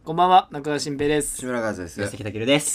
こんばんは、中川新平です。 志村和です。 吉崎健です。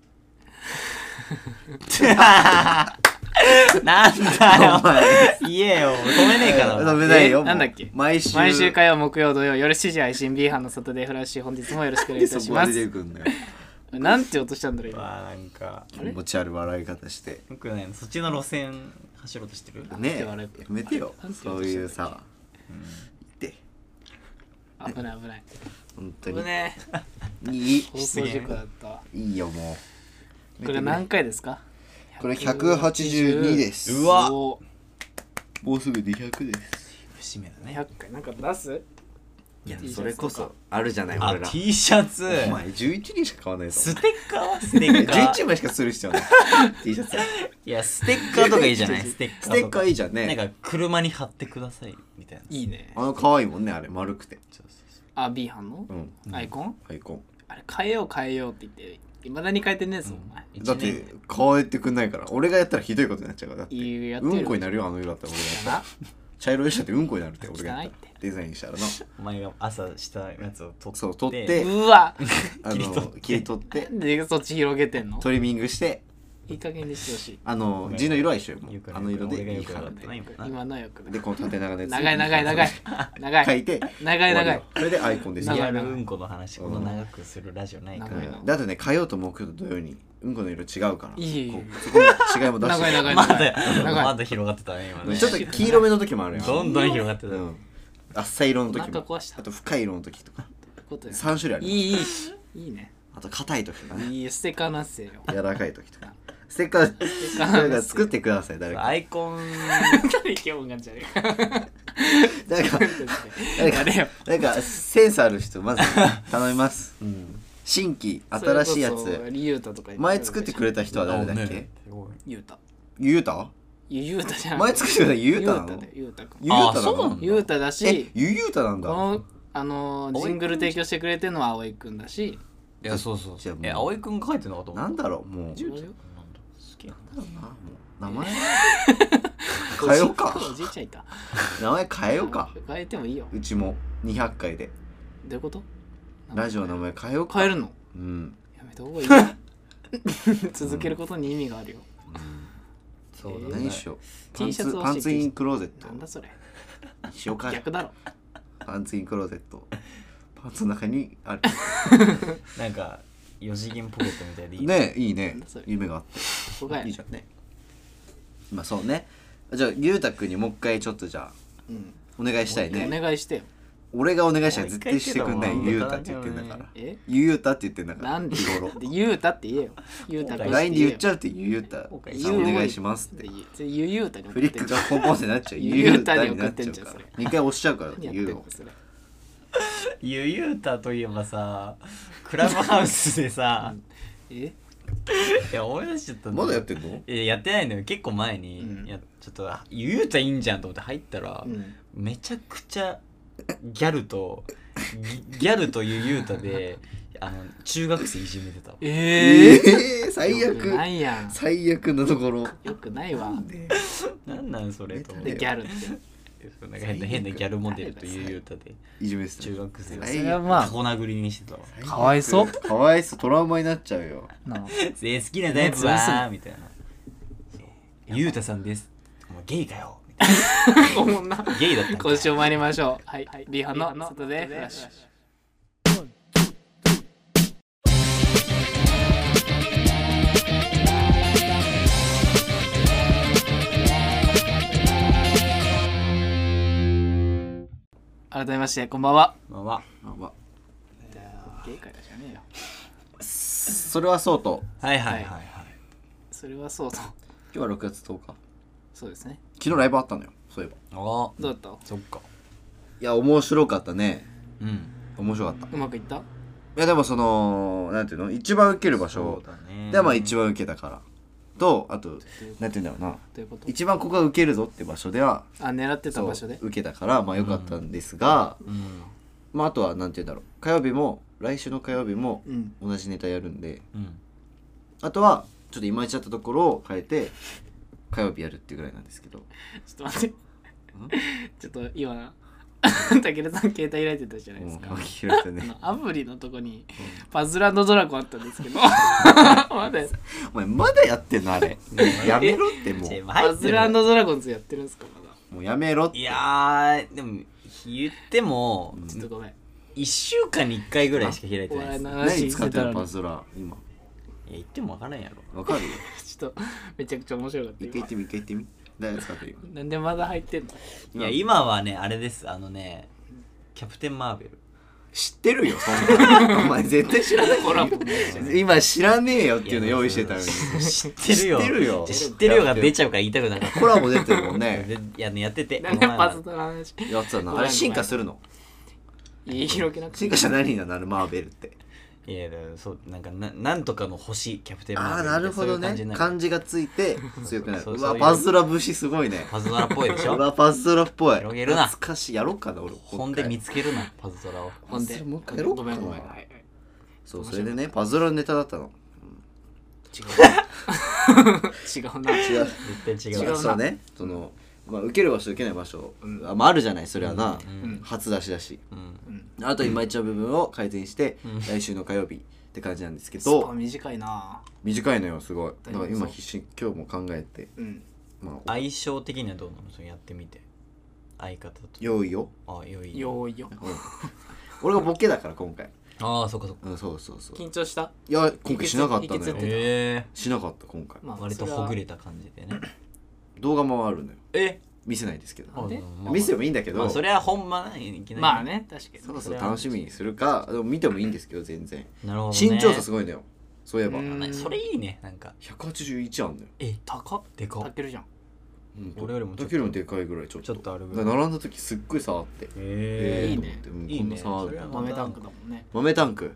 なんだよ、言えよ、止めねえから。 止めないよ。 なんだっけ。毎週火曜、木曜、土曜、夜7時配信 B 班のサタデーフラッシュ、本日もよろしくお願いいたします。なんて落としたんだろう今。 なんか気持ち悪い笑い方して。 よくないの、そっちの路線走ろうとしてる。 ねえ、やめてよ。そういうさ。 危ない危ない。 本当に。 いい。放送事故だった。 いいよもう。これ何回ですか？ これ182です。 うわ。 もうすぐ200です。 節目だね。 100回なんか出す？ いやそれこそあるじゃない俺ら。T シャツ。 お前11人しか買わないぞ。 ステッカーはステッカー。 11枚しかする必要ない。T シャツ。 いやステッカーとかいいじゃない。ステッカーいいじゃんね。 なんか車に貼ってくださいみたいな。 いいね。 可愛いもんねあれ丸くて。 あ B 班のアイコン？あれ変えようって言って未だに変えてねえぞお前。 だって変えてくんないから。俺がやったらひどいことになっちゃうから。だってうんこになるよあの色だったら俺がやったら。茶色いシャツうんこになるって俺がやったらデザインしたらな。 お前が朝したやつを取ってうわ切り取ってでそっち広げてんの？ トリミングしていい加減にしてほしい。 字の色は一緒よ。あの色でいいからって今のよくでこの縦長のやつ長い書いて長いそれでアイコンです。 リアルうんこの話この長くするラジオないから。 だってね火曜と木曜と土曜にうんこの色違うから。 いいそこの違いも出して長いまだ広がってたね今ね。 ちょっと黄色めの時もあるよ。 どんどん広がってた。 あっさい色の時もあと深い色の時とか3種類ある。 いいね。 あと硬い時とかね。 いいステッカーなっせよ。 柔らかい時とかステッカー作ってください誰か。 アイコン誰興味がじゃねなんかセンスある人まず頼みます。新規新しいやつ前作ってくれた人は誰だっけ？ ゆうたゆうたじゃん。 前作ってくれたゆうたなの？ ゆうたくん。 ゆうただしゆうたなんだ。 このジングル提供してくれてるのは葵くんだし。 いやそう葵くんが書いてるのかと思う。 なんだろうもう好きなんだろうな。もう名前変えようか。 おじいちゃんいた。 名前変えようか。 変えてもいいよ。 うちも200回でどういうこと？ ラジオの名前変えようか。 変えるの？やめた方がいいよ。続けることに意味があるよ。 そうだ。何しよう。 T シャツパンツインクローゼット。 なんだそれ。 しようか。 逆だろ。 パンツインクローゼット。パンツの中にある。 なんか4次元ポケットみたいでいいね。いいね。夢があっていいじゃんね。まあそうね。じゃあゆうたくんにもう一回ちょっとじゃあお願いしたいね。 お願いしてよ。 俺がお願いしたら絶対してくんない。ゆうたって言ってんだから。ゆうたって言ってんだから。 なんでゆうたって言えよ。ゆうた LINE で言っちゃうってゆうたお願いしますってゆうたにフリックがポンポンってなっちゃう。ゆうたになっちゃうから2回押しちゃうからゆうたといえばさクラブハウスでさいや思い出しちゃったんだ。 まだやってんの？ やってないのよ。結構前にちょっとゆうたいいんじゃんと思って入ったらめちゃくちゃギャルとゆうたで中学生いじめてたわ。 最悪最悪なところ。 よくないわ。 なんなんそれと思って。ギャルってなんか変なギャルモデルという歌でいじめてた中学生をそれはまあタコ殴りにしてたわ。 かわいそうトラウマになっちゃうよ。 好きなタイプはみたいな。ゆうたさんです。もうゲイかよゲイだった。 今週参りましょう。はい B 班の外でフラッシュ。改めましてこんばんは。ゲイ会じゃねえよ。 それはそうと。 はいそれはそうと。 今日は6月10日。 そうですね。 昨日ライブあったのよ。そういえば。 どうだった？ そっか。 いや面白かったね。面白かった。 うまくいった？いやでもそのなんていうの一番受ける場所でまあ一番受けたからとあとなんていうんだろうな一番ここが受けるぞって場所では狙ってた場所で受けたからまあ良かったんですが、まああとはなんていうんだろう火曜日も来週の火曜日も同じネタやるんで、あとはちょっといまいちだったところを変えて火曜日やるっていうぐらいなんですけど。 ちょっと待ってちょっと今たけるさん携帯開いてたじゃないですか。 開いてね。 アプリのとこにパズル&ドラゴンあったんですけどまだお前まだやってんのあれ。やめろってもう。 パズル&ドラゴンズやってるんですかまだ。 もうやめろって。 いやーでも言ってもちょっとごめん。 1週間に1回ぐらいしか開いてないです。 何使ってるパズラ今。 いや言っても分からんやろ。 わかるよ。 ちょっとめちゃくちゃ面白かった。 一回言ってみ。誰使ってる今。なんでまだ入ってんの？ いや今はねあれです。キャプテンマーベル。 知ってるよそんな。お前絶対知らない。 コラボ今知らねえよっていうの用意してたのに。 知ってるよ。 知ってるよが出ちゃうから言いたくなかった。 コラボ出てるもんね。 いやねやってて。 なんでパズルの話。 やってたな。あれ進化するの？ 広げなくて。 進化したら何になるマーベルって。 いやそうなんとかの星キャプテンマーベル。 ああなるほどね。漢字がついて強くなる。うわパズドラ節すごいね。 パズドラっぽいでしょ。 うわパズドラっぽい。 広げるな。 懐かしい。やろうかな俺。 本で見つけるなパズドラを。 本でもう一回やろうかな。 ごめん。 そうそれでねパズドラのネタだったの。 違うな。 違う。 絶対違う。 そうね。受ける場所受けない場所あるじゃないそれはな。初出しだし。あといまいちの部分を改善して来週の火曜日って感じなんですけど。 短いな。 短いのよすごい。だから今必死今日も考えて。 相性的にはどうなのそれやってみて。相方と。 用意よ。 あ用意よ。 俺がボケだから今回。 ああそっかそっか。 そう緊張した？ いや今回しなかったのよ。しなかった今回。 割とほぐれた感じでね。 動画もあるのよ。見せないですけど。見せてもいいんだけど。 それはほんまいきなり。 まあね確かに。 そろそろ楽しみにするかでも見てもいいんですけど全然。 なるほどね。 身長差すごいのよ。そういえば。 それいいねなんか。 181あんのよ。 高っ。 でかっ。 たけるじゃん。 俺よりもだけよりもでかいぐらいちょっとあるぐらい。 並んだ時すっごい触っていいね。 こんな触る。 豆タンクだもんね。 豆タンク。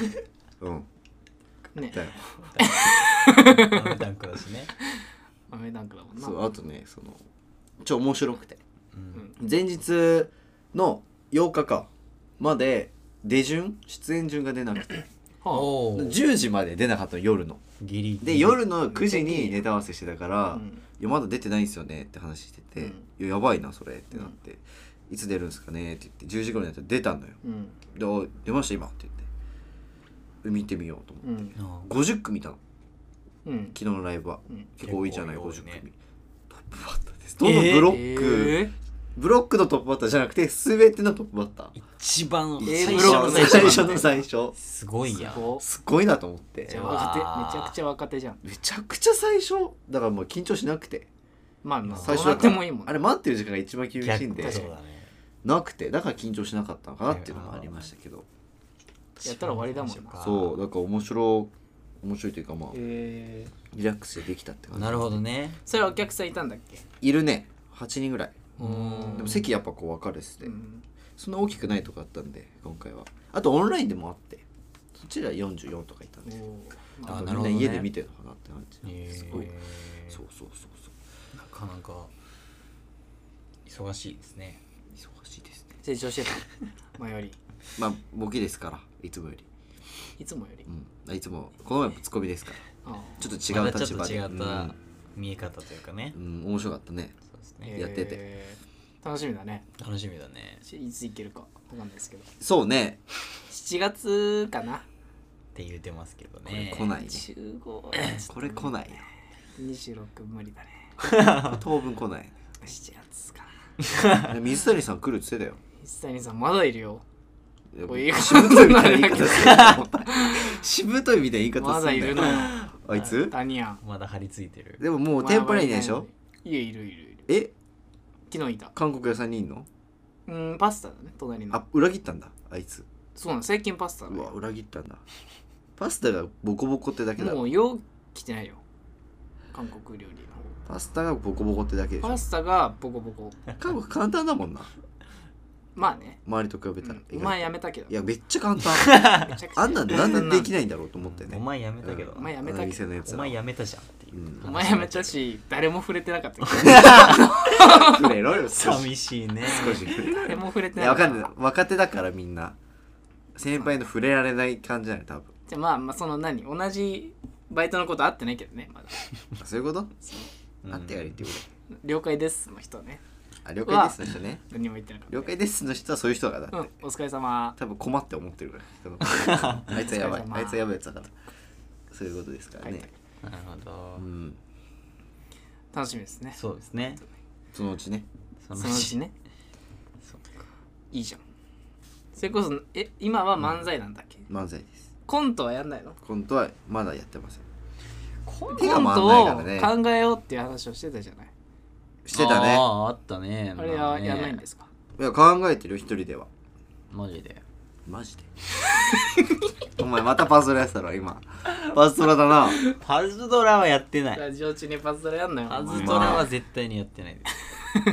ね。 だよ。 豆タンクだしね。 豆タンクだもんな。 そうあとね面白くて前日の8日かまで出演順が出なくて10時まで出なかったの夜の。で夜の9時にネタ合わせしてたから「いやまだ出てないんすよね」って話してて「いややばいなそれ」ってなって「いつ出るんすかね」って言って10時頃になったら出たのよ。で「出ました今」って言って見てみようと思って50組見たの昨日のライブは。結構多いじゃない50組。トップバッターです。どのブロックのトップバッターじゃなくて全てのトップバッター。 一番最初の最初。 すごいや。 すごいなと思って。 めちゃくちゃ若手じゃん。 めちゃくちゃ最初だからもう緊張しなくて。 まあ最初だってもいいもん。 あれ待ってる時間が一番厳しいんでそうだね。 なくてだから緊張しなかったのかなっていうのもありましたけど。 やったら終わりだもんな。 そうだから面白いというかまあリラックスでできたって感じ。 なるほどね。 それはお客さんいたんだっけ？ いるね8人ぐらい。でも席やっぱこう分かれててそんな大きくないとこあったんで今回は。あとオンラインでもあってそっちでは44とかいたんでみんな家で見てるのかなって感じ。すごい。そうなかなか忙しいですね。 忙しいですね。 成長してた前より。 まあボケですからいつもより。 いつもより。 いつもこの前ツッコミですからちょっと違う立場で。 ちょっと違った見え方というかね。 面白かったね。やってて楽しみだね。 楽しみだね。 いつ行けるかわかんないですけど。 そうね 7月かなって言ってますけどね。 これ来ないね。これ来ないよ。 26無理だね。 当分来ない。 7月かな。水谷さん来るって言ってたよ。 水谷さんまだいるよ。 しぶといみたいな言い方する。しぶといみたいな言い方する。 まだいるのよ。 あいつ？ タニヤン。 まだ張り付いてる。 でももう店舗にいないでしょ？ いやいる。昨日いた。 韓国屋さんにいんの？ パスタだね隣の。 あ裏切ったんだあいつ。 そうなの最近パスタ。 うわ裏切ったんだ。パスタがボコボコってだけだ。 もうよう来てないよ。韓国料理の方。パスタがボコボコってだけでしょ。 パスタがボコボコ。 韓国簡単だもんな。 まあね周りと比べたら、 お前やめたけどいやめっちゃ簡単あんなんなんでできないんだろうと思ってね。 お前やめたけど、 お前やめたけどお前やめたじゃんっていう、 お前やめたし誰も触れてなかった触れろよ寂しいね少し誰も触れてない。いやわかんない若手だからみんな先輩の触れられない感じじゃない多分。 じゃあまあその同じバイトのこと会ってないけどねまだそういうこと？会ってやりっていうこと了解ですの人ね。 あ、了解ですの人ね。 何も言ってなかった。 了解ですの人はそういう人だからだって、 お疲れ様。 多分困って思ってるからあいつはやばい、あいつはやばいやつだから。そういうことですからね。 なるほど、 楽しみですね。 そうですね。 そのうちね。 そのうちね。いいじゃん。それこそ今は漫才なんだっけ？ 漫才です。 コントはやんないの？ コントはまだやってません。 コントを考えようっていう話をしてたじゃない。 してたね。 あったね。 あれはやんないんですか？ いや考えてる一人では。 マジでお前またパズドラやってたろ今。パズドラだな。 パズドラはやってない。 ラジオ中にパズドラやんのよ。 パズドラは絶対にやってないです。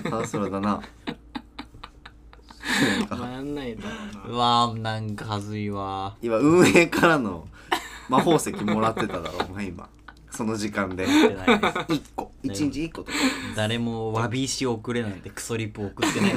パズドラだな。 やんないだろうわー、なんかはずいわ。 今運営からの魔法石もらってただろお前今。その時間で1個1日1個とか誰もわび石を送れなんてクソリップ送ってない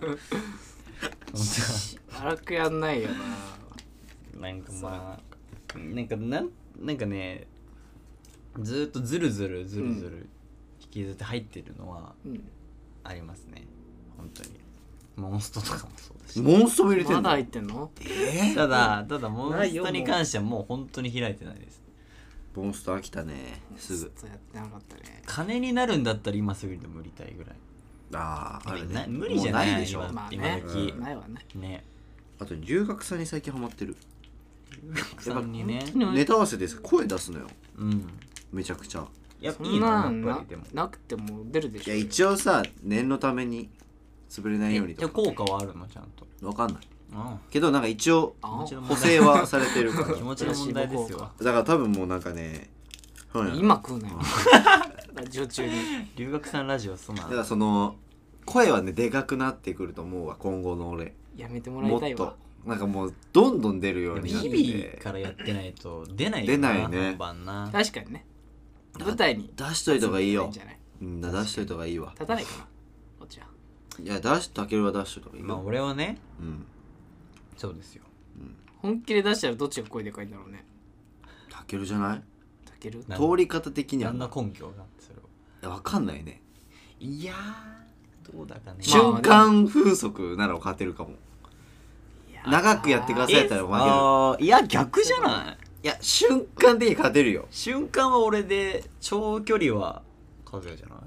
荒くやんないよな。なんかまあなんかね、ずーっとずるずる引きずって入ってるのはありますね、本当に。モンストとかもそうだし。 モンストも入れてんの？ まだ入ってんの？ ただモンストに関してはもう本当に開いてないです。 モンスト飽きたね。すぐやってなかったね。 金になるんだったら今すぐでも売りたいぐらい。 ああ、あれね。 無理じゃないでしょ今時。 ないわね。 あと留学さんに最近ハマってる。 留学さんにね。 ネタ合わせです声出すのよ。 うんめちゃくちゃ。 やっぱいいな、やっぱりでもなくても出るでしょ。 いや一応さ念のために潰れないようにとか。 効果はあるのちゃんと。 わかんない。けどなんか一応補正はされてるから。 気持ちの問題ですよ。 だから多分もうなんかね。 今食うなよ。ラジオ中に。 留学さんラジオそんな。 だからその声はねでかくなってくると思うわ今後の俺。 やめてもらいたいわ。 もっとなんかもうどんどん出るようになって。 日々からやってないと出ないよな。 出ないね。 確かにね。舞台に出しといた方がいいよ。みんな出しといた方がいいわ。 立たないかな。こっちは。 いやたけるは出しといた方がいいよ。 まあ俺はね。そうですよ。 本気で出したらどっちが声でかいんだろうね。 たけるじゃない？ 通り方的には何の根拠がそれは。 いやわかんないね。 いやーどうだかね。 瞬間風速なら勝てるかも。長くやってくださいったら負ける。いや逆じゃない。 いや瞬間的に勝てるよ。 瞬間は俺で長距離は和也じゃない。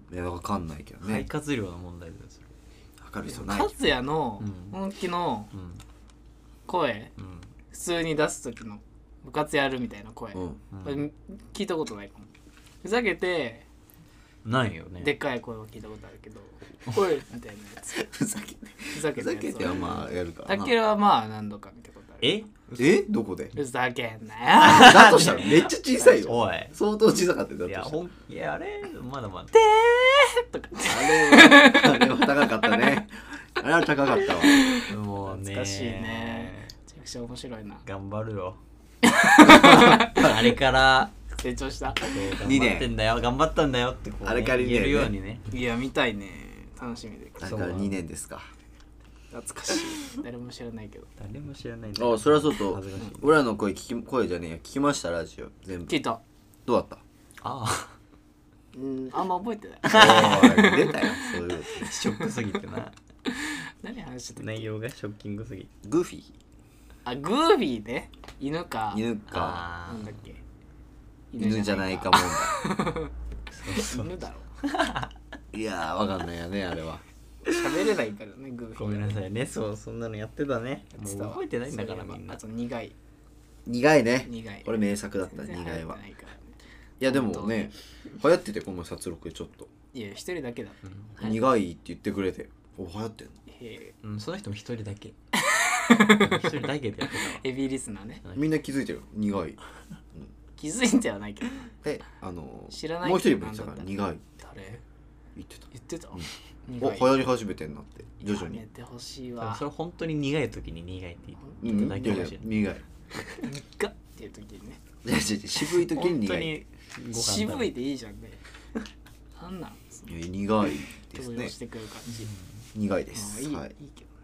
いやわかんないけどね。 肺活量の問題ですよ。 わかる人ない。 和也の本気の声、普通に出す時の部活やるみたいな声、聞いたことないかも。ふざけてないよね。 でっかい声は聞いたことあるけど、声みたいなやつ。ふざけてはまあやるか。 たけるはまあ何度か見たことある。 どこで？ ふざけんなよ。 だとしたらめっちゃ小さいよ。 おい。 相当小さかったよ。 いやあれまだまだ。 でーとか。 あれは高かったね。あれは高かったわ。 もうね。 懐かしいね。めちゃくちゃ面白いな。 頑張るよ。あれから成長した。 2年頑張ったんだよってこう言えるようにね。 いや見たいね。楽しみで。 だから2年ですか。 懐かしい。誰も知らないけど。 誰も知らない。 あ、それはそうと。俺らの声じゃねえや、聞きましたラジオ全部。 聞いた。 どうだった？ ああ。 あんま覚えてない。 出たよそういう。 ショックすぎてな。 何話してた？ 内容がショッキングすぎ。 グーフィー。 あ、グーフィーね。犬か。 なんだっけ。 犬じゃないか問題。 犬だろ。 いやわかんないよねあれは。 喋れないからねグーフィー。 ごめんなさいね。そんなのやってたね。もう覚えてないんだからみんな。 あと苦いね。俺名作だった苦いは。いやでもね流行っててこの殺戮でちょっと。 いや一人だけだ。 苦いって言ってくれて。お流行ってんの？その人も一人だけ。一人だけでやってたわ。 ヘビーリスナーね。 みんな気づいてる苦い。 気づいてはないけど。 知らない。もう一人も言ってたから苦い。 誰？ 言ってた。流行り始めてんなって徐々に。 やめてほしいわ。 それ本当に苦い時に苦いって言っただけかもしれない。 苦いっていう時にね。 渋い時に苦い。 渋いでいいじゃんね。なんなん？ 苦いですね。 してくる感じ。 苦いです。 いいけどね。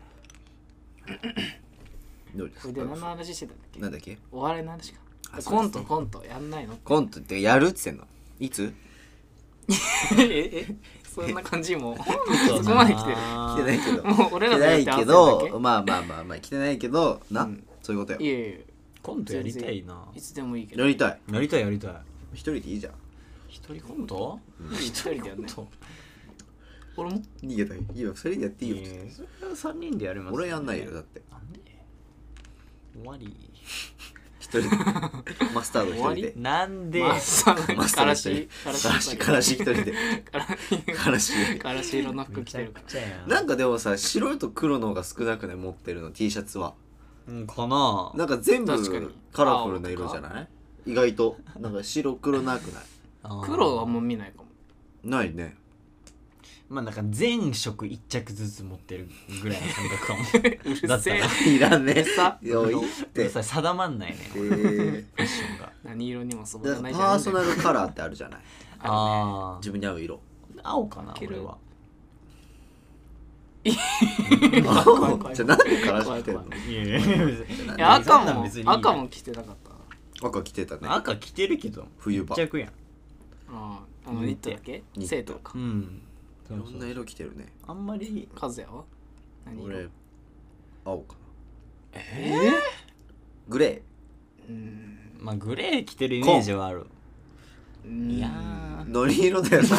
どうですか？ これで何の話してたんだっけ？ なんだっけ？ お笑いの話か。コントやんないの？ コントってやるって言ってんの？いつ？ そんな感じもそこまで来てる。 来てないけどもう俺ら来てないけのやって合わせるだどまあ来てないけどな、そういうことよ。 け。いえいえ、 コントやりたいな。 いつでもいいけど。 やりたい。 やりたいやりたい。 一人でいいじゃん。 一人コント？ 一人だよね。 と俺もいいよ、いいよ、それでやっていいよ。 それは3人でやります。 俺やんないよ、だって。 なんで終わり。 一人でマスタード一人で。 なんでマスターマスタード一人で。からし一人で。からし。 からし色の服着てるから。 なんかでもさ、白と黒の方が少なくね、持ってるの T シャツは。 うんかな。 なんか全部確かにカラフルな色じゃない？意外となんか白黒なくない？ 黒はあんま見ないかも。 ないね。 まあなんか全色一着ずつ持ってるぐらいの感覚かも。 うるせえだったらいらんね。 さよいって。 それ定まんないね。ファッションが。 何色にもそぼだかららないじゃん。 パーソナルカラーってあるじゃない。 あ自分に合う色。 青かなける俺は。 じゃあなんでからし着てんの？ いやいやいや赤も着てなかった赤着てたね。 赤着てるけど冬場。 一着やん。 あニットだけニット生徒かうんいろんな色着てるね。 あんまり和也は何色俺青かな。 えグレまあグレー着てるイメージはある。 いいやー。何色だよ。違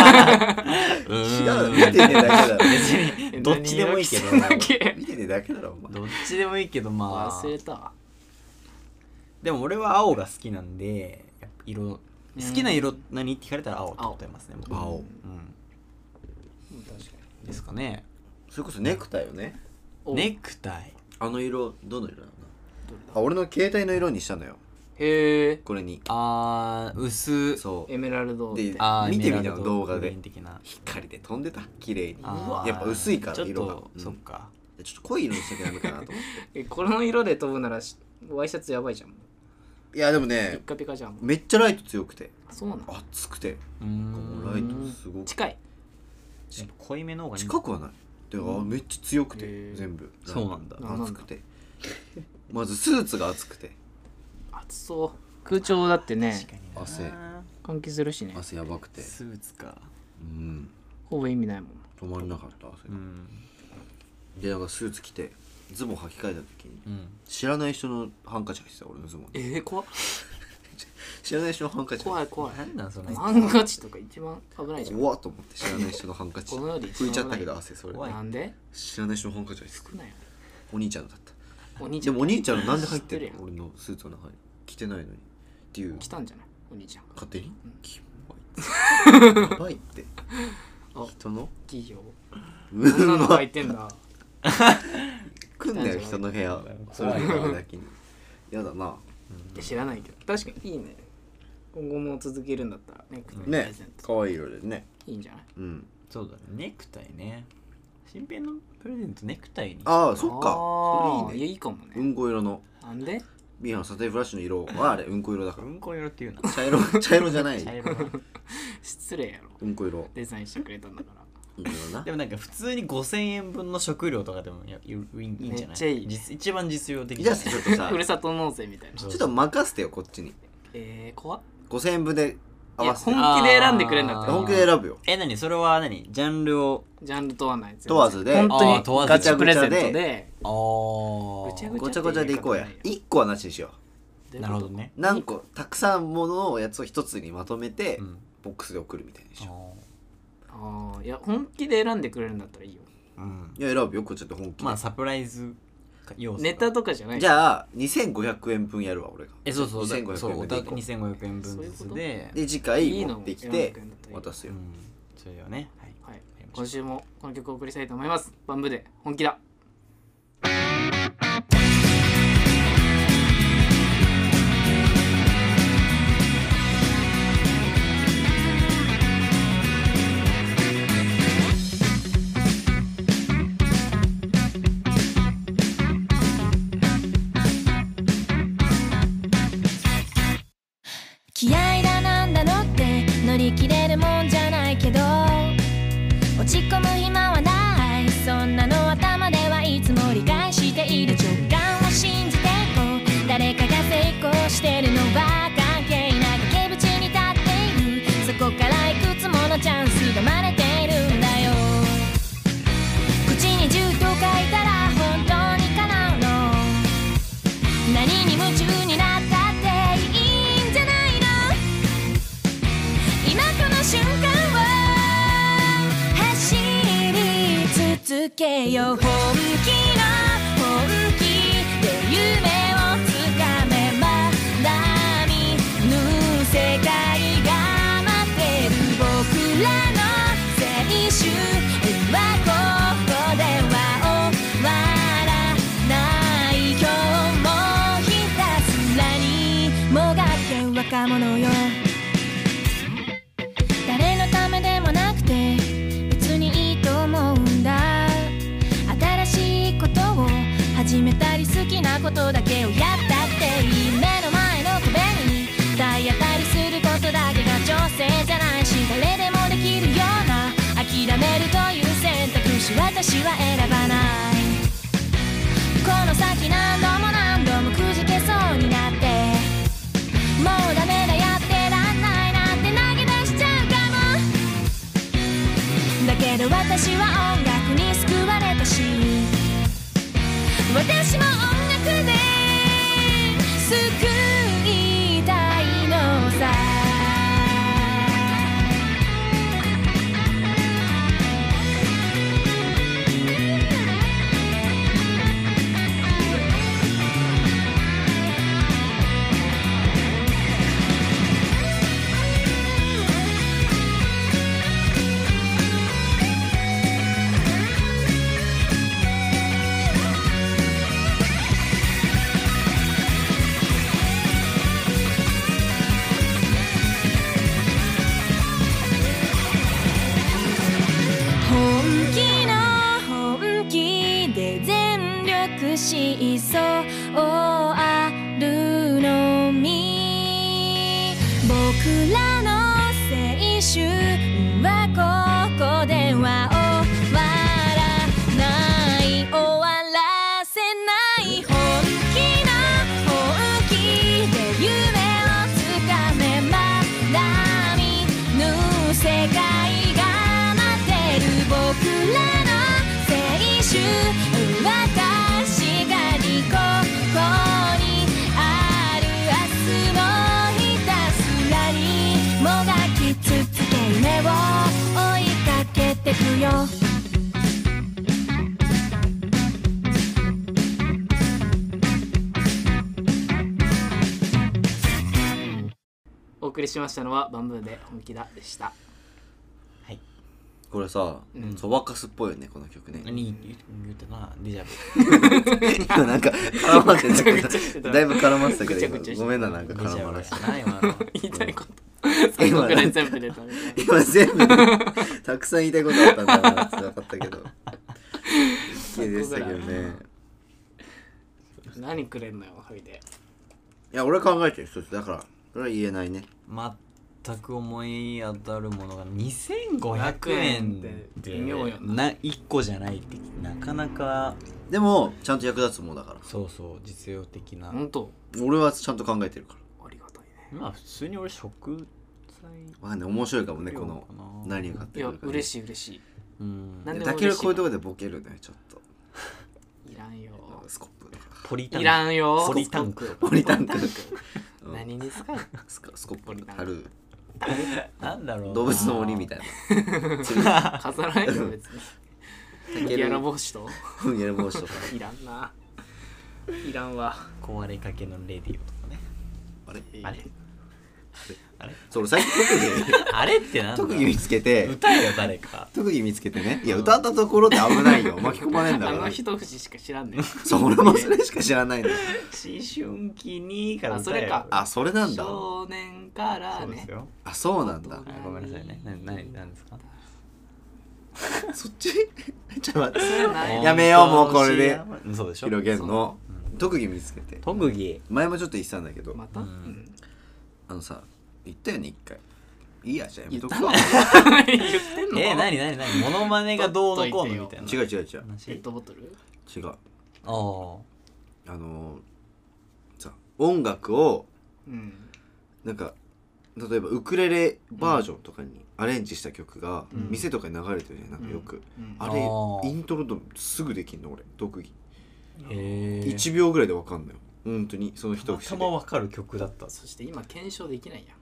ーう。見てねえだけだろ。 別にどっちでもいいけど見てねえだけだろお前。 どっちでもいいけどまあ忘れたわでも俺は青が好きなんでやっぱ色好きな色何って聞かれたら青って答えますね僕。 青。 うん確かですかね。 それこそネクタイよね。 にネクタイあの色どの色なの？ どれだあ、俺の携帯の色にしたのよ。 へえこれに。 薄そう。 エメラルドであー見てみたエメラルド動画でグリーン的な光で飛んでた綺麗に。 あーやっぱ薄いからちょっと色が。 そっかちょっと濃い色にしなきゃダメかなと思って。 この色で飛ぶならワイシャツやばいじゃんピいやでもッね、 カピカじゃんめっちゃライト強くてそうなの熱くて、 うーんライトすごく近いやっぱ濃いめの方がいい近くはない。でめっちゃ強くてへー全部。 そうなんだ熱くて。まずスーツが熱くて。 暑そう空調だってね確かにな汗換気するしね汗やばくて。 スーツかうん。 ほぼ意味ないもん止まんなかった汗が。 うんでなんかスーツ着てズボン履き替えた時にうん知らない人のハンカチ入ってた俺のズボン。 怖っ知らない人のハンカチ。 怖い怖いなんなんそのハンカチとか一番危ないじゃん怖っと思って知らない人のハンカチこの世で一番拭いちゃったけど汗それ怖いなんで知らない人のハンカチ入ってた少ないよお兄ちゃんのだったお兄ちゃんでもお兄ちゃんのなんで入ってる知ってるの俺のスーツの中に着てないのにっていう来たんじゃないお兄ちゃん勝手にキモいやばいってあ人の企業うそんなのわ入ってんだ来んなよ人の部屋それで買うだけにやだな知らないけど確かにいいね今後も続けるんだったらネクタイプねレゼント可愛い色でねいいんじゃないうんそうだねネクタイね新品のプレゼントネクタイにああそっかあーいやそれいいねいいかもねうんこ色のなんでビハンサテンフラッシュの色はあれうんこ色だからうんこ色っていうな茶色じゃない茶色な失礼やろうんこ色デザインしてくれたんだからうんこ色なでもなんか普通に5000円分の食料とかでもいいんじゃないめっちゃいい一番実用的じゃあちょっとさふるさと納税みたいなそうちょっと任せてよこっちに怖っ 5000円分で合いやわせて本気で選んでくれんだったら本気で選ぶよ何それは何ジャンルをジャンル問わない問わずで本当にあー問わずガチプレゼントであぐちゃごちゃごちゃでいこうや1個はなしにしよなるほどねう何個たくさんものをやつを一つにまとめてうんボックスで送るみたいにしよああいや本気で選んでくれるんだったらいいようんういや選ぶよこっちだって本気でまあサプライズ要素ネタとかじゃないじゃあ2500円分やるわ俺がそう 2500 そうお互い円分でいこう 2500円分ずつでで次回持ってきて渡すようんそれをねはい今週もこの曲を送りたいと思いますバンブで本気だ気合いだなんだのって乗り切れるもんじゃないけど落ち込む暇はないそんなの頭ではいつも理解している直に夢中になったっていいんじゃないの。今この瞬間を走り続けよう。本気で夢をつかめばだ見ぬ世界が待ってる。僕らの青春はここでは終わらない。今日もひたすらにもがけ若者よ。誰のためでもなくて別にいいと思うんだ。新しいことを始めたり好きなことだけをやったっていい。目の前の壁に体当たりすることだけが調整じゃないし、誰でもできるような諦めるという選択肢私は選ばない。この先何度もくじけそうになって、もうダメだやってらんないなんて投げ出しちゃうかも。だけど私は音楽に救われたし、私も音楽で救いたいのさ。本気で全力疾走あるのみ。僕らの青春はここでは終わらない。終わらせない。本気で夢をつかめばだ見ぬ世界が待ってる。僕らの青春私がにここにある。明日もひたすらにもがき続け夢を追いかけてくよ。 お送りしましたのはバンブーで本気だでした。 これさ、そばかすっぽいよねこの曲ね。 何言ってたな、デジャブ。 今なんか絡まってたけど、だいぶ絡まってたけどぐちゃぐちゃしてたごめんな、なんか絡まらせて。 言いたいこと最後くらい全部出たみたいな。 今全部たくさん言いたいことあったんだなって分かったけど一気にでしたけどね。 何くれんのよほいで。 いや俺考えてる一つだからそれは言えないね。 全く思い当たるものが2500円で微妙よ 1個じゃないってなかなか。 でもちゃんと役立つものだから。 そうそう、実用的な。 本当俺はちゃんと考えてるから。 ありがたいね。 まあ普通に俺食材わかんない、面白いかもねこの何が買っていやくるか、ね、 嬉しい嬉しい。 うんだけどこういうところでボケるねちょっと。 いらんよ。 スコップとかポリタンク。 いらんよ。 ポリタンク。 ポリタンク何に使う？ スコップに貼るなんだろう。 動物の森みたいな飾らないよ別に。ギャラ帽子とギャラ帽子とかいらんな。いらんわ。 壊れかけのレディオとかね。 あれあれそう俺最近あれってなんだ。 特技見つけて歌えよ誰か。 特技見つけてね。いや歌ったところで危ないよ、巻き込まれんだから。 あの一節しか知らんねん。 そう俺もそれしか知らないのよ。 思春期にから歌えよ。 あそれか。 あそれなんだ。 少年からね。 そうですよ。 あそうなんだ。 ごめんなさいね。何ですか。 そっちちょっと待ってないやめようもうこれでそうでしょ。 広げんの。特技見つけて特技。 前もちょっと言ってたんだけど、 また？ あのさ言ったよね一回。いいやじゃあやめとく言わ。 言ってんの？ 何モノマネがどうのこうのみたいな。 違うペットボトル？ 違う。 ああ。 さ音楽をうん。 なんか例えばウクレレバージョンとかにアレンジした曲がうん店とかに流れてるじゃん、なんかよく、 うんあれあーイントロとすぐできんの俺特技へえ。 1秒ぐらいでわかんのよ。 本当にその一節で頭わかる曲だった。 そして今検証できないやん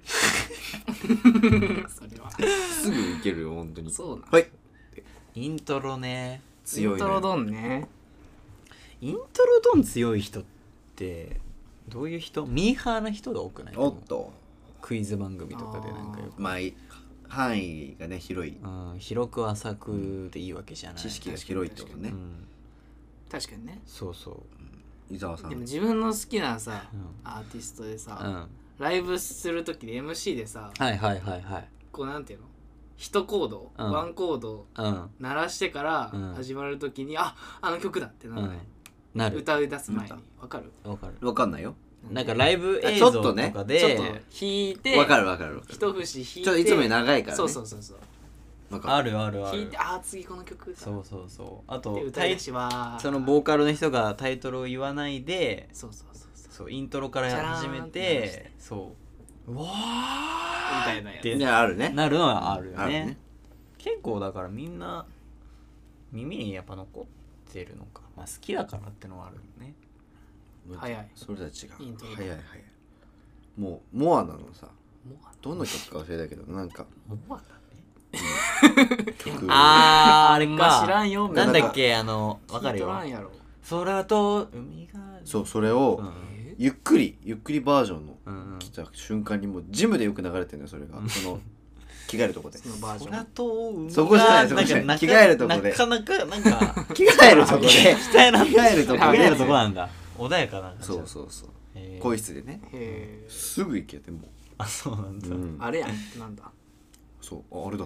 それはすぐいけるよ本当に。 そうなん。 はいイントロね。 強いね。 イントロドンね。 イントロドン強い人ってどういう人？ミーハーな人が多くない？ おっとクイズ番組とかでなんかよくまあ範囲がね広い、 広く浅くでいいわけじゃない。 知識が広いってことね。 確かにね。 そうそう。 伊沢さんでも自分の好きなさ、アーティストでさ、ライブするときで MC でさ、 はいはいはいはい。 こうなんていうの、一コード、ワンコード鳴らしてから始まるときに、あの曲だってなるね。 なる。 歌い出す前に。わかる？ わかる。 わかんないよ。 なんかライブ映像とかでちょっと弾いて、 わかるわかる。 一節弾いて、 ちょっといつもより長いからね。 そうそうそうそう。 あるあるある。 弾いて、次この曲だ。 そうそうそう。あと歌い出しはそのボーカルの人がタイトルを言わないで、 そうそうそうそうイントロから始めて、そううわーみたいなやつ。 いやあるね。 なるのはあるよあるね。結構だからみんな耳にやっぱ残ってるのか、まあ好きだからってのはあるよね。 早い。 それとは違う。 イントロ早い早い。もうモアナのさ、 モアナどの曲か忘れたけどなんかモアナ曲あれか。 知らんよ。 なんだっけわかるよ。空と海が。 そうそれをゆっくりバージョンの来た瞬間にもうジムでよく流れてるのよそれが。その着替えるとこで。 そのバージョン。 空と海が。 そこじゃないそこじゃない。着替えるとこで。 なかなかなんか着替えるとこで。 着替えるとこ着替えるとこなんだ。穏やかな。 そうそうそう。更衣室でね。すぐ行けてもう。 あ、そうなんだ。 あれやん。なんだ。 そうあれだって。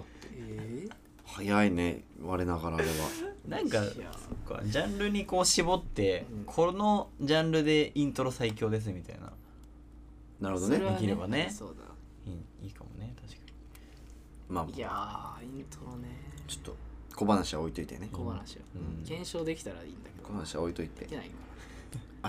早いね我ながらあれは。 なんかそっかジャンルにこう絞ってこのジャンルでイントロ最強ですみたいな。 なるほどね。 できればね。 そうだ。 いいかもね確かに。 まあいやーイントロね。 ちょっと小話は置いといてね。 小話を検証できたらいいんだけど。 小話は置いといて。 できないから。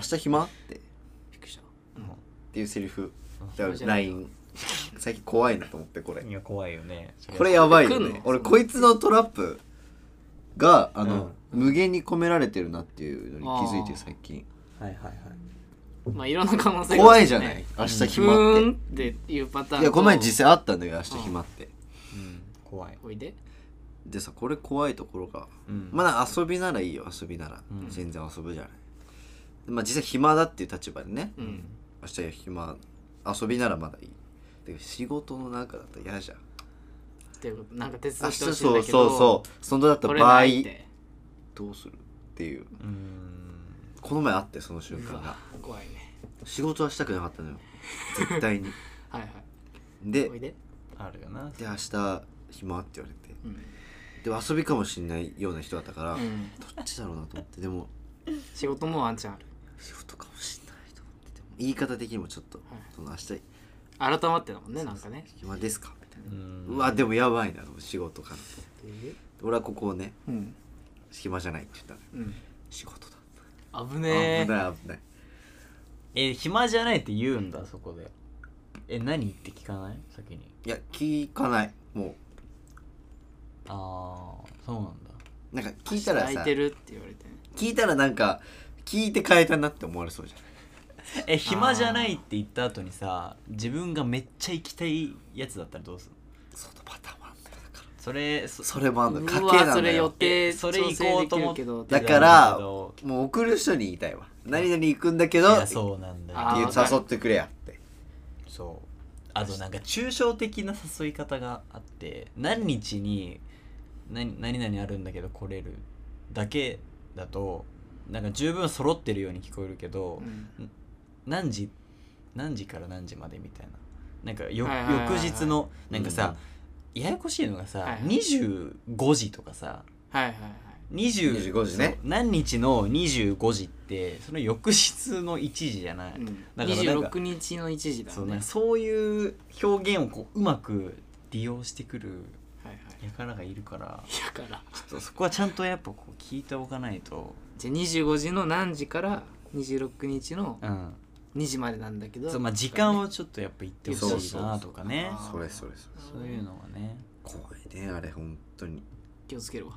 明日暇ってびっくりした。 っていうセリフ。LINE 最近怖いなと思ってこれ。 いや怖いよね。 これやばいよね。俺こいつのトラップが無限に込められてるなっていうのに気づいて最近。 はいはいはい。 まあいろんな可能性が怖いじゃない。明日暇って。 っていうパターン。 いやこの前実際あったんだよ明日暇って。 怖い。 おいで。 でさこれ怖いところがまだ遊びならいいよ遊びなら全然遊ぶじゃない。まあ実際暇だっていう立場でね。明日暇遊びならまだいい。仕事の中だったら嫌じゃんっていうことなんか手伝明日ってほしいんだけどそうそんなだった場合どうするっていうこの前あってその瞬間が怖いね。 仕事はしたくなかったのよ絶対にはいはいでおいであるよな。 明日暇って言われてで遊びかもしんないような人だったからどっちだろうなと思ってでも仕事もワンチャンある。 仕事かもしんないと思ってでも言い方的にもちょっとその明日改まってたもんねなんかね。 暇ですかみたいなうわでもやばいな仕事かな俺はここをね暇じゃないって言ったの仕事だ危ねえ。 危ない暇じゃないって言うんだそこで。何って聞かない先に。 いや聞かないもうそうなんだ。 なんか聞いたらさ空いてるって言われてね。 聞いたらなんか聞いて変えたなって思われそうじゃない暇じゃないって言った後にさ自分がめっちゃ行きたいやつだったらどうするの？ そのパターンもあんだよだからそれもあんの賭うわけなんそれ予だよ定それ行こうと思ってだからもう送る人に言いたいわ何々行くんだけどってそうなんだよ誘ってくれやってそうあとなんか抽象的な誘い方があって何日に何々あるんだけど来れるだけだとなんか十分揃ってるように聞こえるけど、何時から何時までみたいななんか翌日のなんかさ、ややこしいのがさ、25時とかさ、25 時ね何日の25時ってその翌日の1時じゃない、 だから26日の1時だね。 そういう表現をこううまく利用してくる輩がいるからちょっとそこはちゃんとやっぱこう聞いておかないと。 じゃあ25時の何時から26日の2時までなんだけど、 そう時間をちょっとやっぱ言ってほしいなとかね。 そういうのはね怖いねあれ本当に気をつけるわ。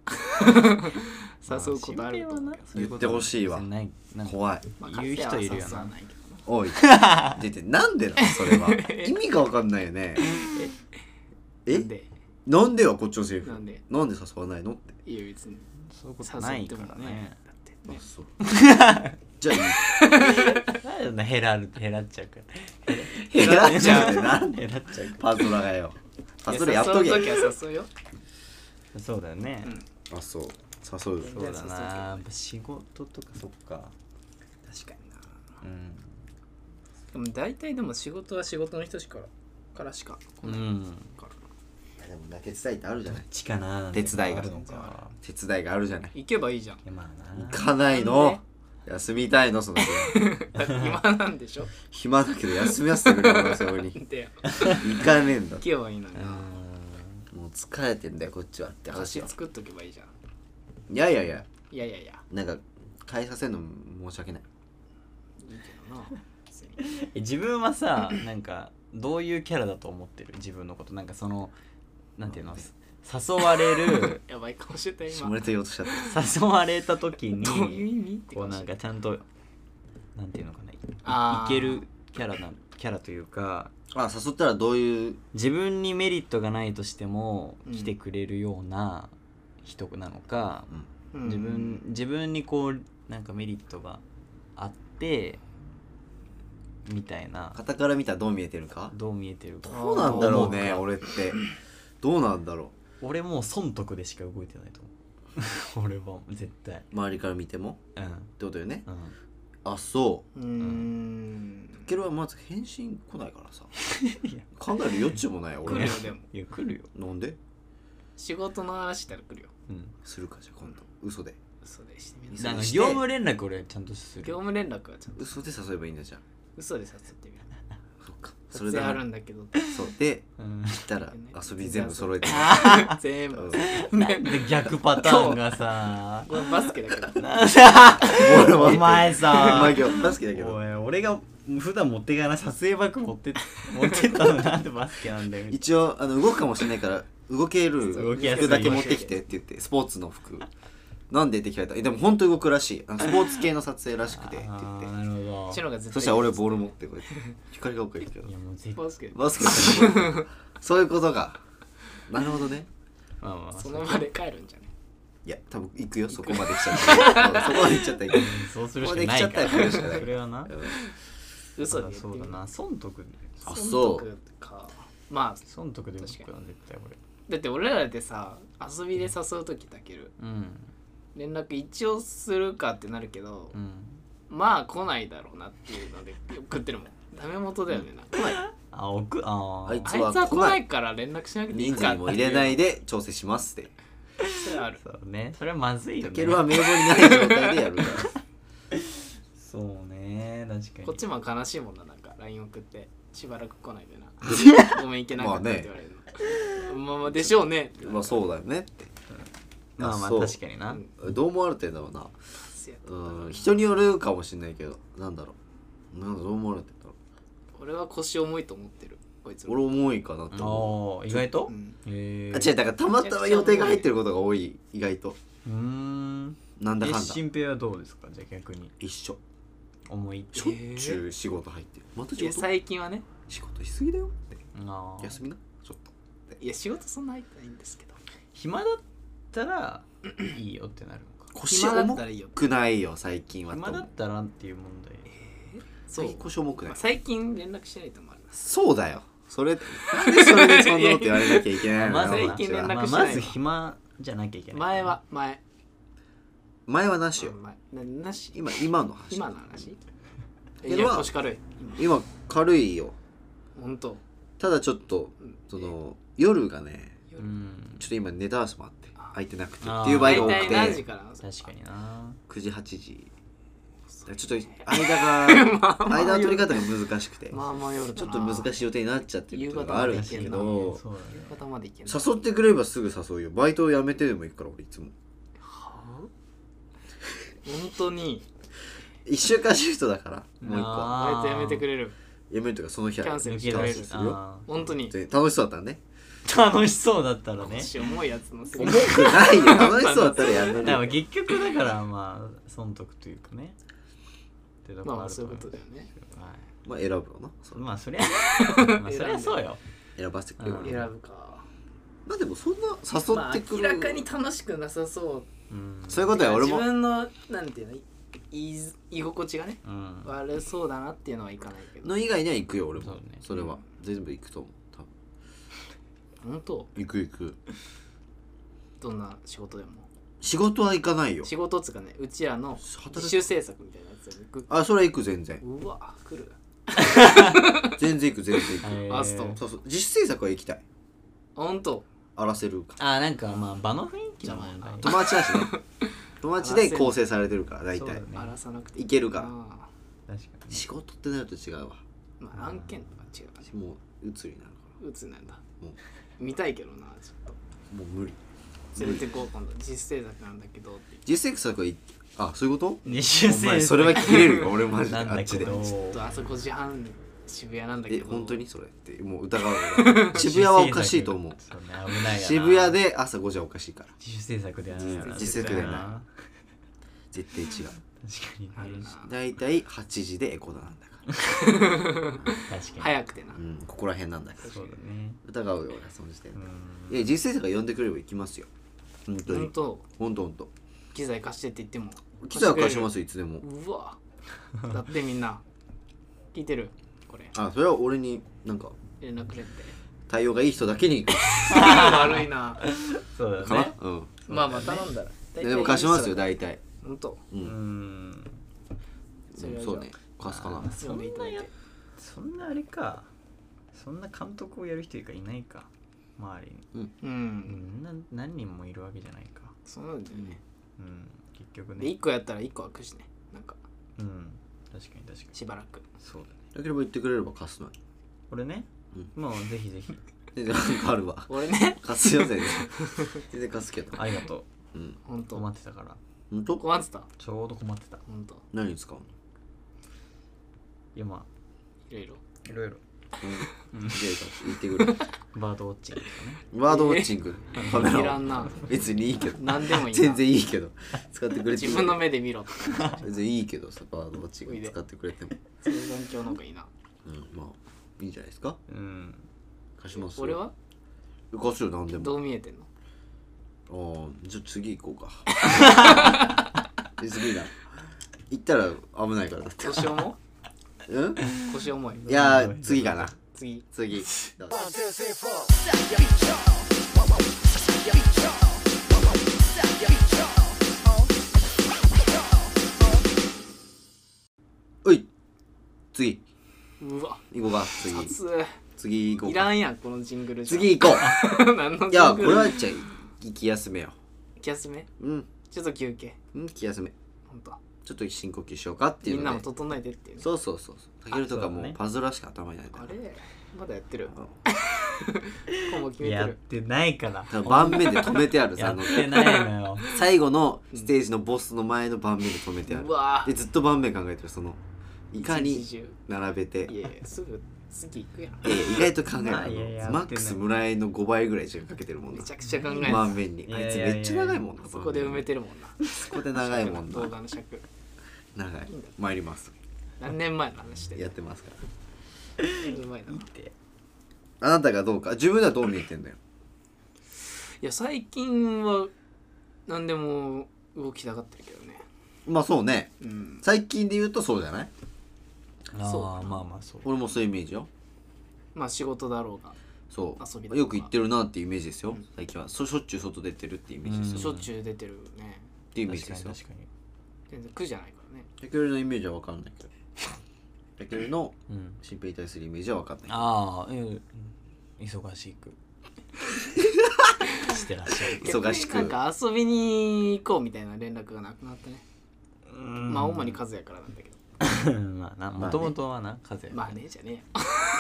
誘うことあると思うけど、 言ってほしいわ。怖い。 言う人いるよな。 おい出てなんでなそれは意味が分かんないよね。なんではこっちのセリフ。なんで誘わないのって。 いや別にそういうことないからね。 だってね。 そうじゃあいい。 減らっちゃうから。 減らっちゃうってなんで減らっちゃうパズラがよ。パズラやっとけ。 誘う時は誘うよ。 そうだよね。 あそう誘う。 そうだな。仕事とかそっか。 確かにな。でも大体でも仕事は仕事の人からしか来ないからな。 でも手伝いってあるじゃない。 かな。 手伝いがあるじゃない。 行けばいいじゃん。 行かないの。休みたいのその暇なんでしょ。 暇だけど休みやすくからそこに行かねえんだ。 行けばいいのにな。 もう疲れてんだよこっちはって話作っとけばいいじゃん。 いやなんか変えさせるの申し訳ない。 いいけどな。 自分はさなんかどういうキャラだと思ってる自分のこと。なんかそのなんていうの誘われるやばい顔してた今。 下ネタ言おうとしちゃった。 誘われた時にどういう意味こうなんかちゃんとなんていうのかないけるキャラというか。 誘ったらどういう自分にメリットがないとしても来てくれるような人なのか、自分にこうなんかメリットがあってみたいな。 傍から見たらどう見えてるか。 どう見えてるか。 どうなんだろうね俺って。どうなんだろう。 俺もう損得でしか動いてないと思う。俺は絶対周りから見てもってことよね。あそう。たけるはまず返信来ないからさ。考える余地もないよ俺。 来るよでも。 いや来るよ。 なんで？ 仕事の話したら来るよ。 するかじゃあ今度嘘でしてみる。 なんか業務連絡俺ちゃんとする。 業務連絡はちゃんと。 嘘で誘えばいいんだじゃん。 嘘で誘ってみる。 そっか。 それであるんだけど。 そうで来たら遊び全部揃えて。 全部。 なんで逆パターンがさ。 バスケだけど。 お前さ。 バスケだけど。 俺が普段持っていかない撮影バッグ持ってったのなんでバスケなんだよ。 一応動くかもしれないから動ける服だけ持ってきてって言ってスポーツの服なんでって聞かれたらでも本当動くらしいスポーツ系の撮影らしくてって言ってなるほど。 そしたら俺ボール持ってこうやって光が丘行くけどいやもうバスケそういうことか。なるほどね。 その場で帰るんじゃね。 いや多分行くよそこまで来ちゃったそこまで行っちゃったらそうするしかないからそれはな嘘でそうだな損得あそうか。まあ損得で動くな絶対俺。 だって俺らでさ遊びで誘う時だける連絡一応するかってなるけどまあ来ないだろうなっていうので送ってるもん。ダメ元だよね。来ない。 あいつは来ないから連絡しなくていいか。 人数にも入れないで調整しますって。 それある。 そうね。それはまずいよね。 たけるは名簿にない状態でやるから。 そうね確かに。 こっちも悲しいもんな。なんか LINE 送ってしばらく来ないでな。ごめん行けなかったって言われるの。まあでしょうね。 まあそうだよねって。 まあ確かにな。 どう思われてんだろうな。人によるかもしれないけどなんだろう。なんだどう思われてんだろう。 俺は腰重いと思ってる。こいつ俺重いかなって思う。意外と？ 違うだからたまたま予定が入ってることが多い意外と。なんだかんだ。 新平はどうですかじゃあ逆に。 一緒。 重い。 しょっちゅう仕事入ってる。また仕事。 最近はね。 仕事しすぎだよって。休みなちょっと。 いや仕事そんな入ってないんですけど。 暇だったらいいよってなるのか。 腰重くないよ最近は。 暇だったらっていう問題。 そう腰重くない。 最近連絡しないと思う。 そうだよ。それなんでそれでそんなこと言われなきゃいけないの。 最近連絡しない。 まず暇じゃなきゃいけない。 前はなしよ。 なし。 今の話。 今の話。いや腰軽い。 今軽いよ。 本当。 ただちょっとその夜がねちょっと今ネタ合わせもあって空いてなくてっていう場合が多くて。 何時から？ 確かにな。 9時8時。ちょっと間の取り方が難しくてちょっと難しい予定になっちゃってることがあるんですけど誘ってくれればすぐ誘うよ。バイトを辞めてでも行くから俺いつも。 本当に 1週間シフトだからもう1個バイト辞めてくれる。 辞めるとかその日はキャンセルしてくれる。本当に楽しそうだったらね楽しそうだったらね。 腰重いやつのせい重くないよ。楽しそうだったらやめるだから結局だからまあ損得というかね。ってとこまああるそういうことだよね。 はい。 まあ選ぶよな。 まあそりゃまあそりゃそうよ。 選ばせてくれる。 選ぶか。 まあでもそんな誘ってくる。 明らかに楽しくなさそう。 そういうことや俺も。 自分のなんていうの居心地がね、悪そうだなっていうのはいかないけど。 の以外には行くよ俺も。それは全部行くと思う。多分。本当？ 行く。 どんな仕事でも。 仕事は行かないよ。 仕事っつうかね、うちらの自主制作みたいなやつに行く。 あ、それは行く全然。 うわ、来る。 全然行く。 アスト。 そう。自主制作は行きたい。 本当。 荒らせるか。 あ、なんかまあ場の雰囲気じゃない。 友達だしね。友達で構成されてるから大体。 荒らさなくていけるから。 確かに。 仕事ってなると違うわ。 まあ案件とか違うから。 もう鬱になるから。 鬱なんだ。もう見たいけどな、ちょっと。 もう無理。 連れてこう今度自主制作なんだけどって。 自主制作はあ、そういうこと？ 自主制作。 それは切れるよ俺マジであっちで。 ちょっとあそこ5時半渋谷なんだけど。 本当にそれってもう疑うよ。渋谷はおかしいと思う。 危ない。 渋谷で朝5時はおかしいから。 自主制作ではない。 自主制作ではない。絶対違う。 確かに。 だいたい8時でエコダなんだから確かに。 早くてな。 ここら辺なんだから。 そうだね。 疑うよ俺はその時点で。いや自主制作が呼んでくれれば行きますよ。本当に。本当。 機材貸してって言っても。 機材は貸しますよいつでも。 うわ。だってみんな聞いてるこれ。 あ、それは俺になんか連絡くれって。 対応がいい人だけに。 悪いな。 そうだね。 まあ頼んだら。 でも貸しますよ大体。 本当。 そうね。貸すかな。 そんなあれか。そんな監督をやる人いないか。周りに。何人もいるわけじゃないか。 そうなんだよね。 結局ね。 で1個やったら1個開くしね。なんか。 確かに。しばらく。 そうだね。 だければ言ってくれれば貸すのに。 俺ね。もうぜひぜひ。 全然あるわ。 俺ね。 貸すよ全然貸すけど。 ありがとう。 本当。 困ってたから。 本当？ 困ってた。 ちょうど困ってた。 本当。 何に使うの？ いやまあいろいろ。 言ってくれ。 バードウォッチングとかね。 バードウォッチング。カメラ。別にいいけど。 何でもいい。 全然いいけど。使ってくれて。 自分の目で見ろ。 全然いいけどさ、バードウォッチング使ってくれても。 それ勉強の方がいいな。 まあいいんじゃないですか。貸しますよ。 俺は？ 貸すよ何でも。 どう見えてんの？ じゃあ次行こうか。次だ。行ったら危ないからだって。 腰重い？腰重い。 いや次かな。 次。 どうぞ。おい。次。 うわ。 行こうか次行こう。 いらんやんこのジングル。 次行こう。 何のジングル？ いやこれはじゃあ気休めよ。 気休め？ちょっと休憩。 気休め。 本当。 ちょっと深呼吸しようかっていうので。 みんなも整えてっていう。 そうたけるとかもうパズルしか頭にないんだ。 あれまだやってる。もう決めてる。 やってないから。 盤面で止めてあるさ。 やってないのよ。 最後のステージのボスの前の盤面で止めてある。 うわ。 でずっと盤面考えてるいかに並べて。 いやすぐ次行くやん。 意外と考える。マックス村井の5倍ぐらいしかかけてるもんな。 めちゃくちゃ考える。 盤面にあいつめっちゃ長いもんな。 そこで埋めてるもんな。 そこで長いもんな。 動画の尺長い。参ります。 何年前の話でやってますから。 うまいなって。 あなたがどうか自分ではどう見えてんだよ。 いや最近は何でも動きたがってるけどね。 まあそうね。最近で言うとそうじゃない？ まあそう。 俺もそういうイメージよ。 まあ仕事だろうが。 そうよく行ってるなっていうイメージですよ。最近はしょっちゅう外出てるっていうイメージですよ。 しょっちゅう出てるね。 っていうイメージですよ。 確かに。 全然苦じゃないからね。 たけるのイメージは分かんないけど。たけるの新平に対するイメージは分かんない。 忙しくしてらっしゃる。 忙しく。 なんか遊びに行こうみたいな連絡がなくなったね。まあ主に数やからなんだけど。 まあな、もともとはな数や。 まあねじゃね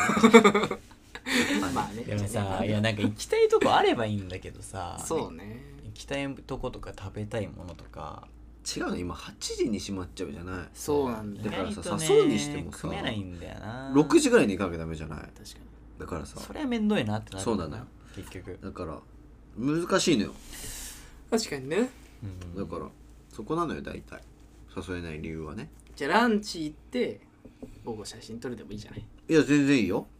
え。まあね。 でもさ、いやなんか行きたいとこあればいいんだけどさ。 そうね。 行きたいとことか食べたいものとか。 違うの今8時に閉まっちゃうじゃない。 そうなんだよ。 だからさ誘うにしてもさ組めないんだよな。 6時ぐらいに行かなきゃダメじゃない。 確かに。 だからさそれはめんどいなってなる。 そうなのよ。 結局だから難しいのよ。 確かにね。 だからそこなのよ大体誘えない理由はね。 じゃあランチ行って午後写真撮るでもいいじゃない。 いや全然いいよ。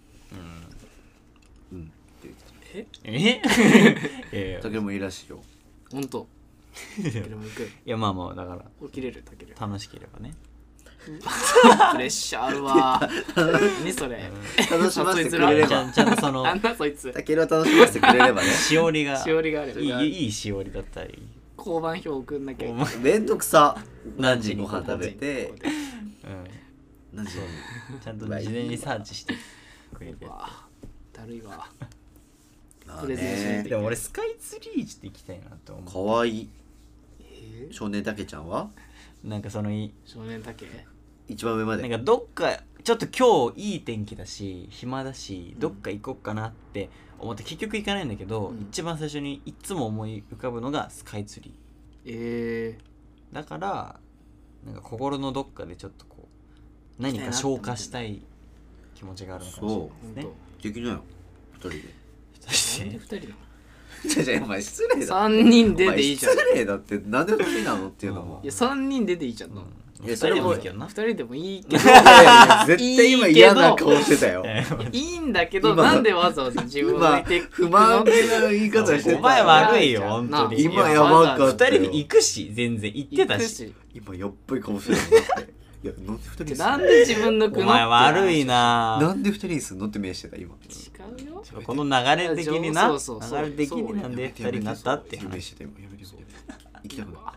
えたけるもいいらしいよ。 ほんとたけるも行く。 いやまあまあだから起きれるたける楽しければね。 プレッシャーあるわ何それ楽しませてくれればちゃんとそのなんだそいつたけるを楽しませてくれればね。 しおりがしおりがあればいいしおりだったり交番表送んなきゃいけない。 めんどくさ。何時にご飯食べて何時にちゃんと事前にサーチしてくれて。 だるいわ。 プレゼンしないと。 でも俺スカイツリーって行きたいなと思う。 かわいい。少年たけちゃんはなんかその少年たけ一番上までなんかどっかちょっと今日いい天気だし暇だしどっか行こっかなって思って結局行かないんだけど、一番最初にいつも思い浮かぶのがスカイツリー。だからなんか心のどっかでちょっとこう何か消化したい気持ちがあるのかもしれないですね。 できなよ2人で。 なんで2人なの。 じゃあお前失礼だ。 3人ででいいじゃん。 失礼だってなんで2人なのっていうのも。 いや3人ででいいじゃんの。 いやそれもいいけどな。 2人でもいいけど絶対今嫌な顔してたよ。 いいんだけどなんでわざわざ自分を置いて不満げな言い方してた。 お前悪いよ本当に。 今やばかったよ。 2人で行くし全然行ってたし。 今よっぽい顔してるのって。いやなんで2人にすんの。 なんで自分のお前悪いな。 なんで2人にすんのって目してた今。 違うよ。 この流れ的にな。流そうれ的になんで2人になったって目してた今。やめて行きたくない。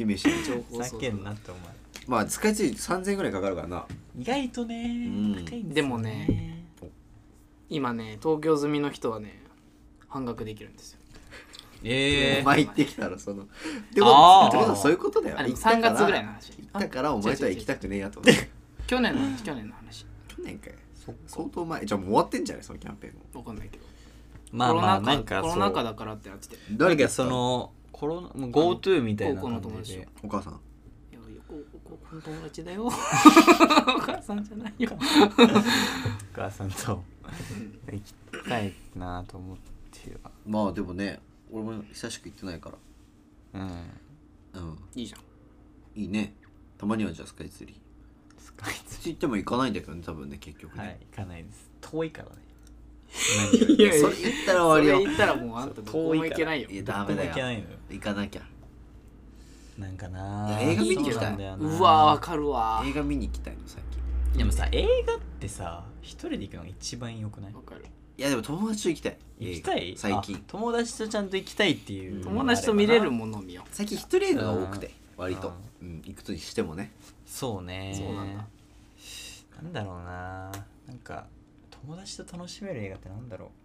目してた。ふざけんなってお前。 まあスカイツリー3000円ぐらいかかるからな。 意外とね、高いんですよね。 でもね今ね東京済みの人はね半額できるんですよ。 お前行ってきたらそのってことはそういうことだよ。 3月ぐらいの話。 行ったからお前とは行きたくねえやと思って。 去年の話。 去年かい。相当前。じゃあもう終わってんじゃないそのキャンペーンも。 わかんないけど。 まあまあなんかコロナ禍だからってなってて。 誰かそのコロナ GoTo みたいな感じで。 お母さん。 この友達だよ。お母さんじゃないよ。 お母さんと行きたいなと思っては。 まあでもね俺も久しく行ってないからいいじゃん。 いいね。たまにはじゃあスカイツリー行っても行かないんだけどね多分ね結局ね。 はい行かないです。遠いからね。 いやそれ言ったら終わりよ。 それ言ったらもうあんたどこも行けないよ。 いやダメだよ。行かなきゃ。 なんかな映画見に行きたい。 うわわかるわ。 映画見に行きたいの最近。 でもさ映画ってさ一人で行くのが一番良くない？ わかる。 いやでも友達と行きたい。 行きたい？ 最近友達とちゃんと行きたいっていう。 友達と見れるものを見よう。 最近一人映画が多くて割と行くとしてもね。 そうね。 そうなんだ。 なんだろうな。なんか友達と楽しめる映画ってなんだろ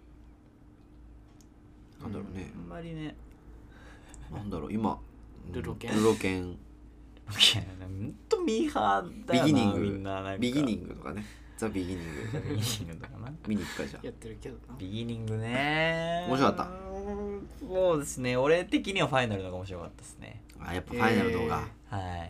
う。なんだろうね。 あんまりね。 なんだろう今。 ルロケン。 いやほんとミーハーだよな。 ビギニングみんななんかビギニングとかね。ザ・ビギニング。 ビギニングとかな。 見に行くかじゃあ。 やってるけどな。 ビギニングね。 面白かった。 そうですね。俺的にはファイナルの方が面白かったですね。 あやっぱファイナル動画。 はい。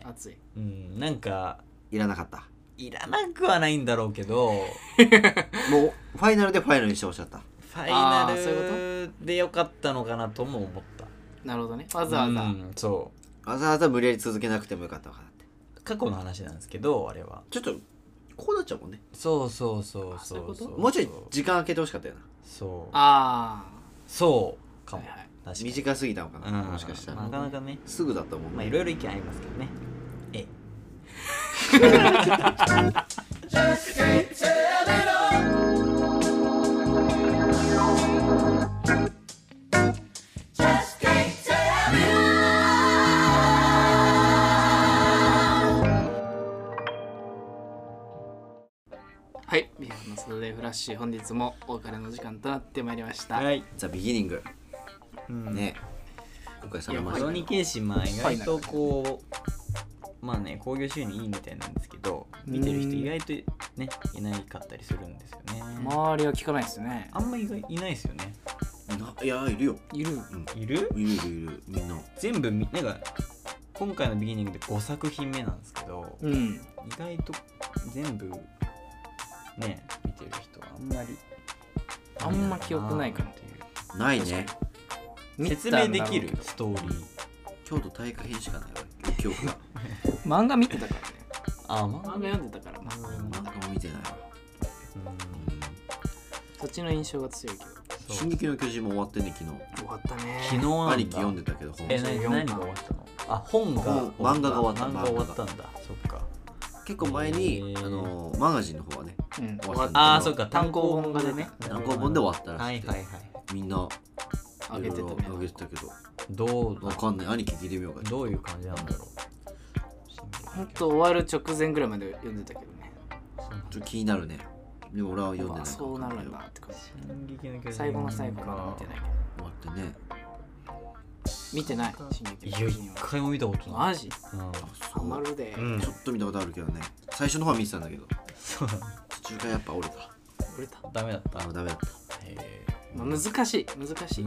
熱い。 なんかいらなかった。 いらなくはないんだろうけどもうファイナルでファイナルにしてほしかった。 ファイナルでよかったのかなとも思った。 なるほどね。わざわざ。 そうわざわざ無理やり続けなくてもよかったのかなって。 過去の話なんですけどあれはちょっとこうなっちゃうもんね。 そうもうちょい時間空けてほしかったよな。 そうかも、 確かに短すぎたのかな、もしかしたらなかなかねすぐだったもんね。 いろいろ意見ありますけどね。 はい、ビーフのサタデーフラッシュ本日もお別れの時間となってまいりました。 はい、 ザ・ビギニング、ね、お疲れ様でした。 ロニケンシン意外とこうまあね興行収入いいみたいなんですけど見てる人意外とねいないかったりするんですよね。 周りは聞かないですよね。 あんまいないですよね。 いやいるよ。 いるみんな全部なんか今回のビギニングで5作品目なんですけど、意外と全部ね見てる人はあんまりあんま記憶ないかな。ないね。 説明できるストーリー。 京都大火編しかないわ記憶が。 漫画見てたからね。 漫画読んでたからな。 漫画も見てないわ。 そっちの印象が強いけど。 進撃の巨人も終わってね昨日。 終わったね。 昨日兄貴読んでたけど本。 何が終わったの？本が漫画が終わった。 漫画終わったんだ。そっか。 結構前にマガジンの方はね。 終わった。そっか単行本がね。 単行本で終わったらしい。 はいはいはい。 みんなあげてたね。 あげてたけど。 どうわかんない。兄貴聞いてみようか。 どういう感じなんだろう。 ほんと終わる直前ぐらいまで読んでたけどね。 ちょっと気になるね。でも俺は読んでない。 そうなるんだって感じ。最後の最後まで見てない。 終わってね。 見てない。 いや一回も見たことない。 マジ？ハマるで。 ちょっと見たことあるけどね。最初の方は見てたんだけど。途中からやっぱ折れた。 ダメだった。 ダメだった。 難しいんだ。 大変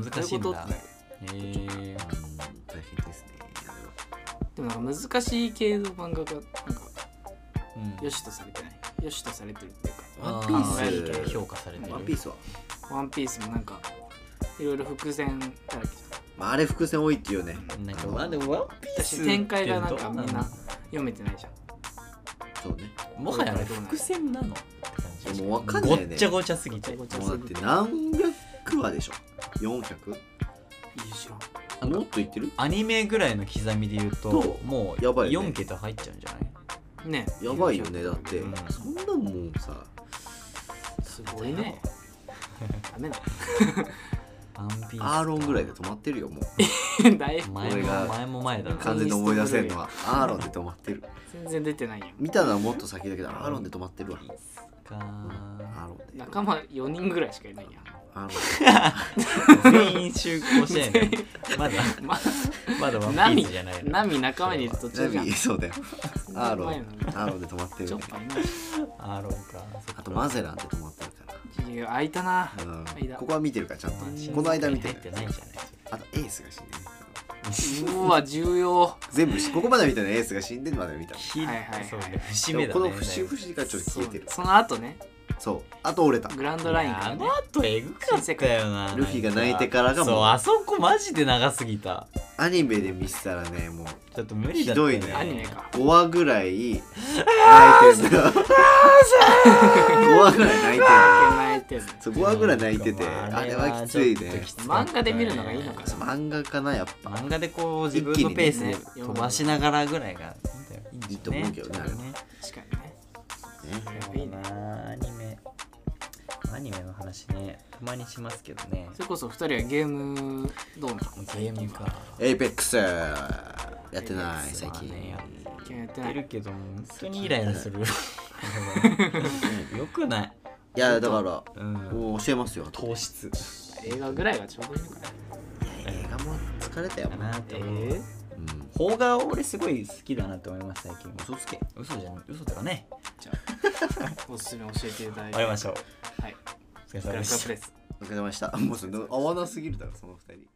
ですね。 でもなんか難しい系の漫画がなんか良しとされてない。良しとされてるっていうか。 ワンピース評価されてる。 ワンピースは。 ワンピースもなんかいろいろ伏線だらけじゃん。あれ伏線多いっていうね。 なんかでもワンピース展開がなんかみんな読めてないじゃん。 そうね。 もはや伏線なのって感じ。もう分かんないね。 ごっちゃごちゃすぎて。 もうだって何百話でしょ。400？ いいじゃん。 もっと言ってる？ アニメぐらいの刻みで言うともうやばい 4桁入っちゃうんじゃないね。 やばいよね。だってそんなんもうさすごいね。ダメだ。 アーロンぐらいで止まってるよもう。 前も前だな。 完全に思い出せるのはアーロンで止まってる。 全然出てないよ。 見たのはもっと先だけどアーロンで止まってるわ。 仲間4人ぐらいしかいないや。 全員集合してないの。まだワンピースじゃないの。 ナミ仲間にいる途中じゃん。 そうだよ。アーロンで止まってる。 アーロンか。 あとマゼランで止まってるから。 空いたな。 ここは見てるからちゃんと。この間見てる。あとエースが死んでうわ重要。 全部ここまで見たのエースが死んでまで見た。 はいはいはい。 節目だね。 この節々がちょっと消えてる。 その後ね。 そうあと折れたグランドラインからね。 あの後エグかったよな。 ルフィが泣いてからがもうそうあそこマジで長すぎた。 アニメで見せたらねもうちょっと無理だひどいね。 アニメか 5話ぐらい泣いてるんだよ。5話ぐらい泣いてる。そう5話ぐらい泣いててあれはきついね。 漫画で見るのがいいのか。 漫画かなやっぱ。 漫画でこう自分のペースで飛ばしながらぐらいがいいと思うけどね。 確かにね。 いいなアニメの話ねたまにしますけどね。 それこそ2人はゲームどうなの？ ゲームか。 エイペックスやってない最近。 やってるけど本当にイライラする。よくない。 いやだからもう教えますよ。 糖質。 映画ぐらいがちょうどいいのかな。 映画も疲れたよなと思う。邦画俺すごい好きだなって思います最近。 嘘つけ。 嘘じゃない嘘とかね。 じゃあおすすめ教えていただいて。 終わりましょう。 はい。 お疲れ様でした。 お疲れ様でした。もうそれ合わなすぎるだろその2人。